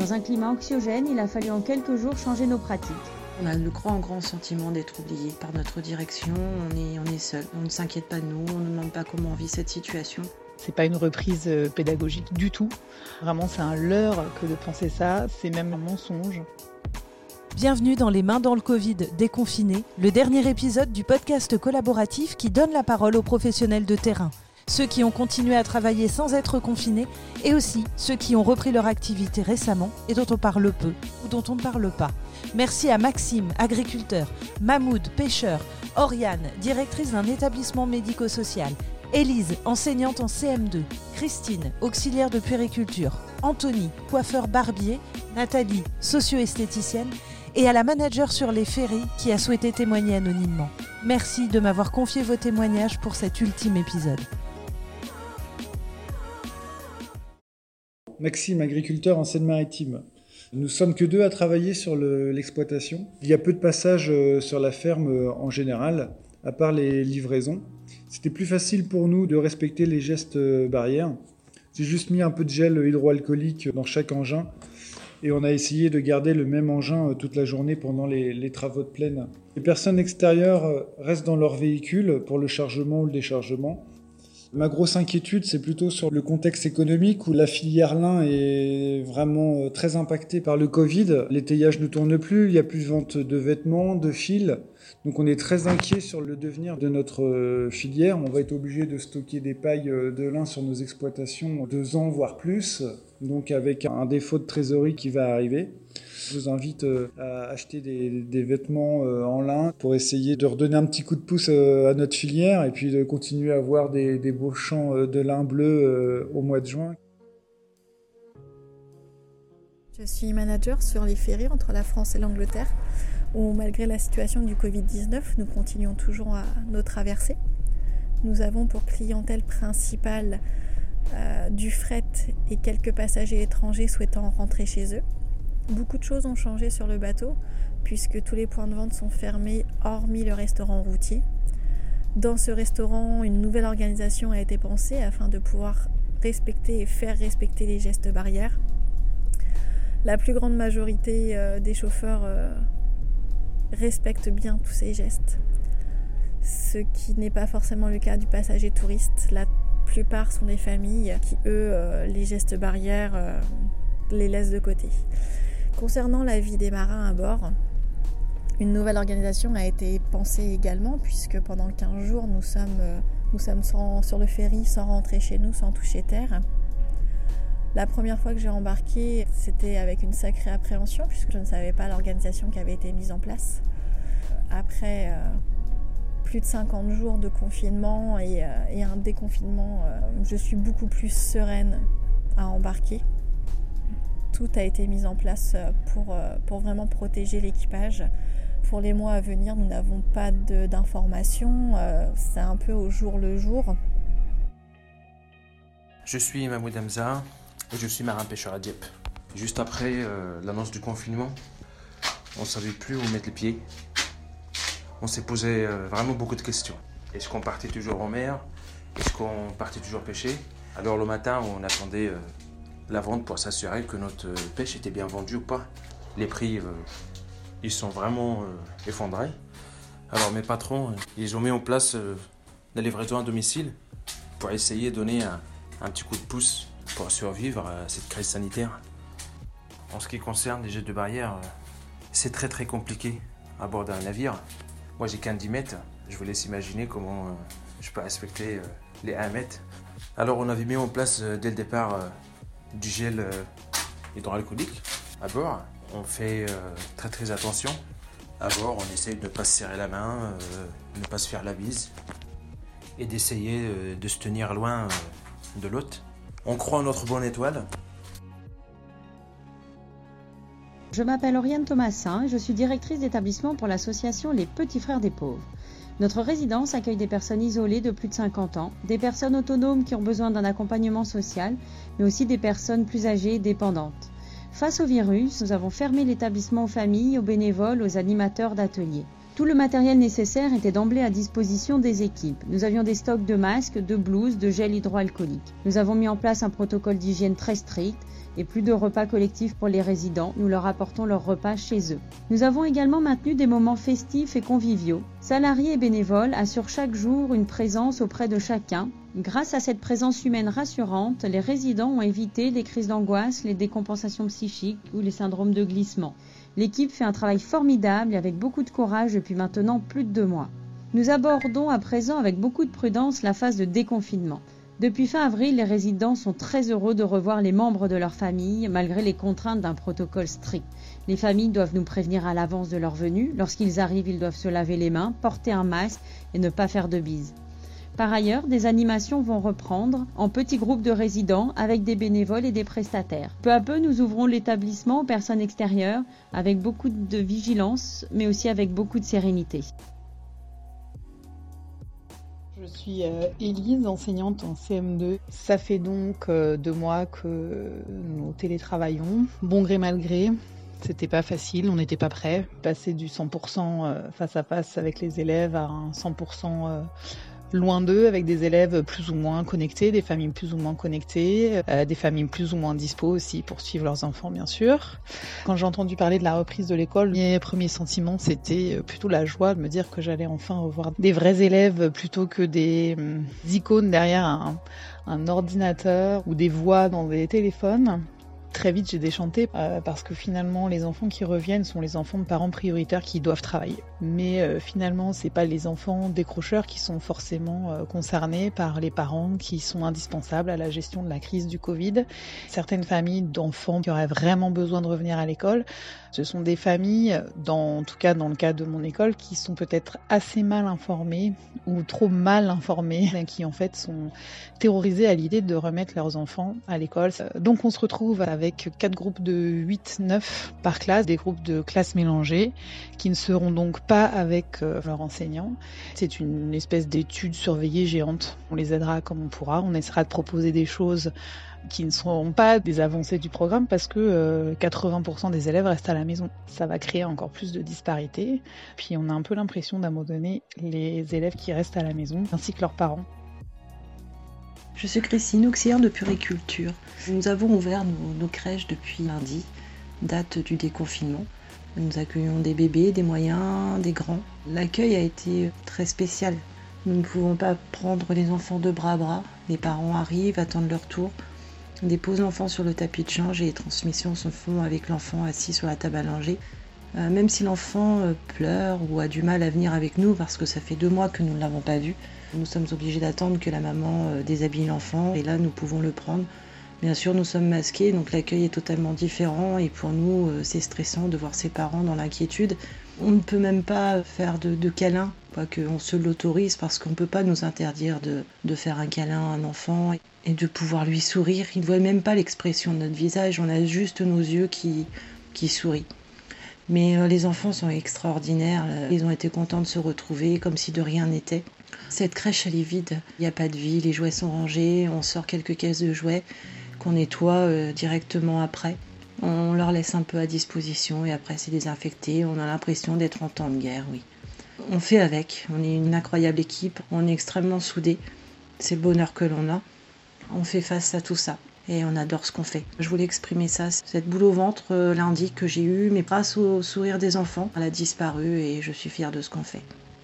Dans un climat anxiogène, il a fallu en quelques jours changer nos pratiques. On a le grand sentiment d'être oublié par notre direction, on est seul, on ne s'inquiète pas de nous, on ne demande pas comment on vit cette situation. C'est pas une reprise pédagogique du tout. Vraiment, c'est un leurre que de penser ça, c'est même un mensonge. Bienvenue dans Les Mains dans le Covid déconfiné, le dernier épisode du podcast collaboratif qui donne la parole aux professionnels de terrain. Ceux qui ont continué à travailler sans être confinés et aussi ceux qui ont repris leur activité récemment et dont on parle peu ou dont on ne parle pas. Merci à Maxime, agriculteur, Mahmoud, pêcheur, Oriane, directrice d'un établissement médico-social, Élise, enseignante en CM2, Christine, auxiliaire de puériculture, Anthony, coiffeur barbier, Nathalie, socio-esthéticienne et à la manager sur les ferries qui a souhaité témoigner anonymement. Merci de m'avoir confié vos témoignages pour cet ultime épisode. Maxime, agriculteur en Seine-Maritime. Nous sommes que deux à travailler sur l'exploitation. Il y a peu de passages sur la ferme en général, à part les livraisons. C'était plus facile pour nous de respecter les gestes barrières. J'ai juste mis un peu de gel hydroalcoolique dans chaque engin et on a essayé de garder le même engin toute la journée pendant les travaux de plaine. Les personnes extérieures restent dans leur véhicule pour le chargement ou le déchargement. Ma grosse inquiétude, c'est plutôt sur le contexte économique où la filière lin est vraiment très impactée par le Covid. L'étayage ne tourne plus, il n'y a plus de vente de vêtements, de fils. Donc on est très inquiet sur le devenir de notre filière. On va être obligé de stocker des pailles de lin sur nos exploitations 2 ans, voire plus. Donc avec un défaut de trésorerie qui va arriver. Je vous invite à acheter des vêtements en lin pour essayer de redonner un petit coup de pouce à notre filière et puis de continuer à avoir des beaux champs de lin bleu au mois de juin. Je suis manager sur les ferries entre la France et l'Angleterre où malgré la situation du Covid-19, nous continuons toujours à nos traversées. Nous avons pour clientèle principale du fret et quelques passagers étrangers souhaitant rentrer chez eux. Beaucoup de choses ont changé sur le bateau puisque tous les points de vente sont fermés hormis le restaurant routier. Dans ce restaurant, une nouvelle organisation a été pensée afin de pouvoir respecter et faire respecter les gestes barrières. La plus grande majorité des chauffeurs respectent bien tous ces gestes, ce qui n'est pas forcément le cas du passager touriste. La plupart sont des familles qui, eux, les gestes barrières les laissent de côté. Concernant la vie des marins à bord, une nouvelle organisation a été pensée également puisque pendant 15 jours nous sommes sur le ferry sans rentrer chez nous, sans toucher terre. La première fois que j'ai embarqué, c'était avec une sacrée appréhension puisque je ne savais pas l'organisation qui avait été mise en place. Après plus de 50 jours de confinement et un déconfinement, je suis beaucoup plus sereine à embarquer. Tout a été mis en place pour vraiment protéger l'équipage. Pour les mois à venir, nous n'avons pas d'informations. C'est un peu au jour le jour. Je suis Mahmoud Hamza et je suis marin-pêcheur à Dieppe. Juste après l'annonce du confinement, on ne savait plus où mettre les pieds. On s'est posé vraiment beaucoup de questions. Est-ce qu'on partait toujours en mer? Est-ce qu'on partait toujours pêcher? Alors le matin, on attendait la vente pour s'assurer que notre pêche était bien vendue ou pas. Les prix, ils sont vraiment effondrés. Alors mes patrons, ils ont mis en place la livraison à domicile pour essayer de donner un petit coup de pouce pour survivre à cette crise sanitaire. En ce qui concerne les gestes de barrière, c'est très très compliqué à bord d'un navire. Moi j'ai qu'un 10 mètres, je vous laisse imaginer comment je peux respecter les 1 mètre. Alors on avait mis en place dès le départ du gel hydroalcoolique à bord. On fait très très attention. À bord, on essaye de ne pas se serrer la main, de ne pas se faire la bise et d'essayer de se tenir loin de l'hôte. On croit en notre bonne étoile. Je m'appelle Oriane Thomasin et je suis directrice d'établissement pour l'association Les Petits Frères des Pauvres. Notre résidence accueille des personnes isolées de plus de 50 ans, des personnes autonomes qui ont besoin d'un accompagnement social, mais aussi des personnes plus âgées et dépendantes. Face au virus, nous avons fermé l'établissement aux familles, aux bénévoles, aux animateurs d'ateliers. Tout le matériel nécessaire était d'emblée à disposition des équipes. Nous avions des stocks de masques, de blouses, de gel hydroalcoolique. Nous avons mis en place un protocole d'hygiène très strict et plus de repas collectifs pour les résidents. Nous leur apportons leurs repas chez eux. Nous avons également maintenu des moments festifs et conviviaux. Salariés et bénévoles assurent chaque jour une présence auprès de chacun. Grâce à cette présence humaine rassurante, les résidents ont évité les crises d'angoisse, les décompensations psychiques ou les syndromes de glissement. L'équipe fait un travail formidable et avec beaucoup de courage depuis maintenant plus de 2 mois. Nous abordons à présent avec beaucoup de prudence la phase de déconfinement. Depuis fin avril, les résidents sont très heureux de revoir les membres de leur famille malgré les contraintes d'un protocole strict. Les familles doivent nous prévenir à l'avance de leur venue. Lorsqu'ils arrivent, ils doivent se laver les mains, porter un masque et ne pas faire de bises. Par ailleurs, des animations vont reprendre en petits groupes de résidents avec des bénévoles et des prestataires. Peu à peu, nous ouvrons l'établissement aux personnes extérieures avec beaucoup de vigilance, mais aussi avec beaucoup de sérénité. Je suis Élise, enseignante en CM2. Ça fait donc 2 mois que nous télétravaillons, bon gré mal gré. C'était pas facile, on n'était pas prêts. Passer du 100% face à face avec les élèves à un 100% loin d'eux, avec des élèves plus ou moins connectés, des familles plus ou moins connectées, des familles plus ou moins dispo aussi pour suivre leurs enfants bien sûr. Quand j'ai entendu parler de la reprise de l'école, mes premiers sentiments c'était plutôt la joie de me dire que j'allais enfin revoir des vrais élèves plutôt que des icônes derrière un ordinateur ou des voix dans des téléphones. Très vite, j'ai déchanté parce que finalement, les enfants qui reviennent sont les enfants de parents prioritaires qui doivent travailler. Mais finalement, c'est pas les enfants décrocheurs qui sont forcément concernés par les parents qui sont indispensables à la gestion de la crise du Covid. Certaines familles d'enfants qui auraient vraiment besoin de revenir à l'école, ce sont des familles, en tout cas dans le cas de mon école, qui sont peut-être assez mal informées ou trop mal informées, qui en fait sont terrorisées à l'idée de remettre leurs enfants à l'école. Donc on se retrouve avec 4 groupes de 8-9 par classe, des groupes de classes mélangées, qui ne seront donc pas avec leurs enseignants. C'est une espèce d'étude surveillée géante. On les aidera comme on pourra, on essaiera de proposer des choses qui ne seront pas des avancées du programme parce que 80% des élèves restent à la maison. Ça va créer encore plus de disparités. Puis on a un peu l'impression d'abandonner les élèves qui restent à la maison, ainsi que leurs parents. Je suis Christine, auxiliaire de puriculture. Nous avons ouvert nos crèches depuis lundi, date du déconfinement. Nous accueillons des bébés, des moyens, des grands. L'accueil a été très spécial. Nous ne pouvons pas prendre les enfants de bras à bras. Les parents arrivent, attendent leur tour, déposent l'enfant sur le tapis de change et les transmissions se font avec l'enfant assis sur la table à langer. Même si l'enfant pleure ou a du mal à venir avec nous parce que ça fait 2 mois que nous ne l'avons pas vu, nous sommes obligés d'attendre que la maman déshabille l'enfant et là nous pouvons le prendre. Bien sûr, nous sommes masqués, donc l'accueil est totalement différent et pour nous c'est stressant de voir ses parents dans l'inquiétude. On ne peut même pas faire de câlin, qu'on se l'autorise parce qu'on ne peut pas nous interdire de faire un câlin à un enfant et de pouvoir lui sourire. Il ne voit même pas l'expression de notre visage, on a juste nos yeux qui sourient. Mais les enfants sont extraordinaires, ils ont été contents de se retrouver comme si de rien n'était. Cette crèche elle est vide, il n'y a pas de vie, les jouets sont rangés, on sort quelques caisses de jouets qu'on nettoie directement après. On leur laisse un peu à disposition et après c'est désinfecté, on a l'impression d'être en temps de guerre, oui. On fait avec, on est une incroyable équipe, on est extrêmement soudés, c'est le bonheur que l'on a. On fait face à tout ça. Et on adore ce qu'on fait. Je voulais exprimer ça, cette boule au ventre lundi que j'ai eue, mais grâce au sourire des enfants, elle a disparu et je suis fière de ce qu'on fait.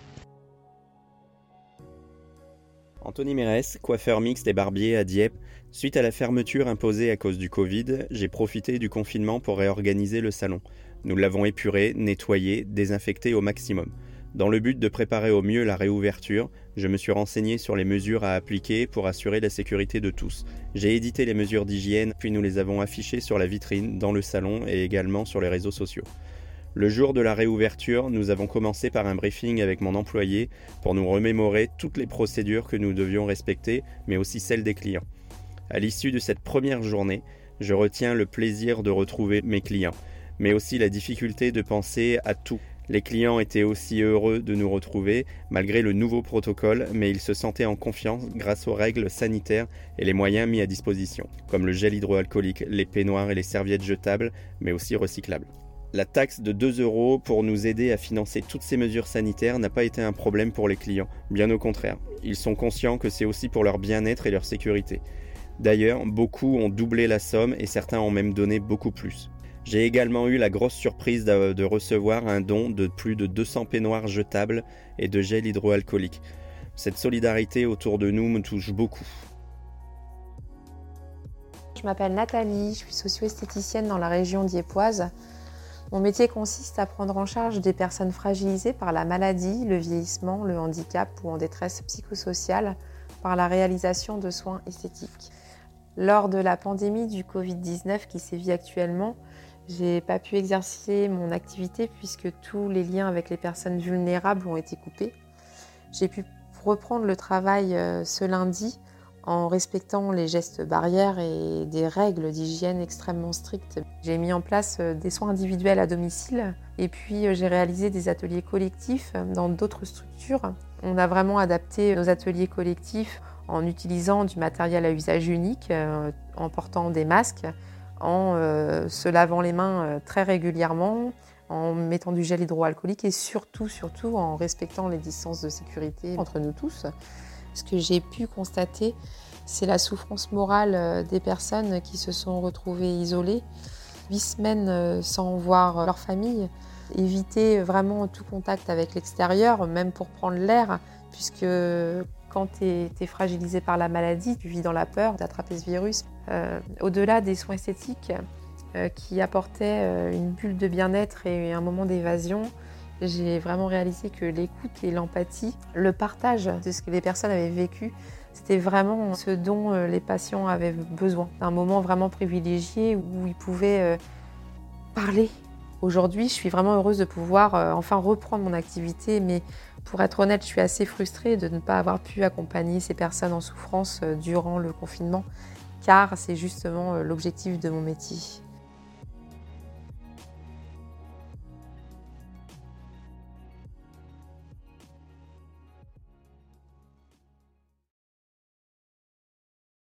Anthony Mérès, coiffeur mixte et barbier à Dieppe. Suite à la fermeture imposée à cause du Covid, j'ai profité du confinement pour réorganiser le salon. Nous l'avons épuré, nettoyé, désinfecté au maximum. Dans le but de préparer au mieux la réouverture, je me suis renseigné sur les mesures à appliquer pour assurer la sécurité de tous. J'ai édité les mesures d'hygiène, puis nous les avons affichées sur la vitrine, dans le salon et également sur les réseaux sociaux. Le jour de la réouverture, nous avons commencé par un briefing avec mon employé pour nous remémorer toutes les procédures que nous devions respecter, mais aussi celles des clients. À l'issue de cette première journée, je retiens le plaisir de retrouver mes clients, mais aussi la difficulté de penser à tout. Les clients étaient aussi heureux de nous retrouver, malgré le nouveau protocole, mais ils se sentaient en confiance grâce aux règles sanitaires et les moyens mis à disposition, comme le gel hydroalcoolique, les peignoirs et les serviettes jetables, mais aussi recyclables. La taxe de 2 € pour nous aider à financer toutes ces mesures sanitaires n'a pas été un problème pour les clients, bien au contraire. Ils sont conscients que c'est aussi pour leur bien-être et leur sécurité. D'ailleurs, beaucoup ont doublé la somme et certains ont même donné beaucoup plus. J'ai également eu la grosse surprise de recevoir un don de plus de 200 peignoirs jetables et de gel hydroalcoolique. Cette solidarité autour de nous me touche beaucoup. Je m'appelle Nathalie, je suis socio-esthéticienne dans la région dieuppoise. Mon métier consiste à prendre en charge des personnes fragilisées par la maladie, le vieillissement, le handicap ou en détresse psychosociale par la réalisation de soins esthétiques. Lors de la pandémie du Covid-19 qui sévit actuellement, j'ai pas pu exercer mon activité puisque tous les liens avec les personnes vulnérables ont été coupés. J'ai pu reprendre le travail ce lundi en respectant les gestes barrières et des règles d'hygiène extrêmement strictes. J'ai mis en place des soins individuels à domicile et puis j'ai réalisé des ateliers collectifs dans d'autres structures. On a vraiment adapté nos ateliers collectifs en utilisant du matériel à usage unique, en portant des masques, en se lavant les mains très régulièrement, en mettant du gel hydroalcoolique et surtout en respectant les distances de sécurité entre nous tous. Ce que j'ai pu constater, c'est la souffrance morale des personnes qui se sont retrouvées isolées, 8 semaines sans voir leur famille, éviter vraiment tout contact avec l'extérieur, même pour prendre l'air, puisque quand tu es fragilisé par la maladie, tu vis dans la peur d'attraper ce virus. Au-delà des soins esthétiques qui apportaient une bulle de bien-être et un moment d'évasion, j'ai vraiment réalisé que l'écoute et l'empathie, le partage de ce que les personnes avaient vécu, c'était vraiment ce dont les patients avaient besoin. Un moment vraiment privilégié où ils pouvaient parler. Aujourd'hui, je suis vraiment heureuse de pouvoir enfin reprendre mon activité, mais pour être honnête, je suis assez frustrée de ne pas avoir pu accompagner ces personnes en souffrance durant le confinement, car c'est justement l'objectif de mon métier.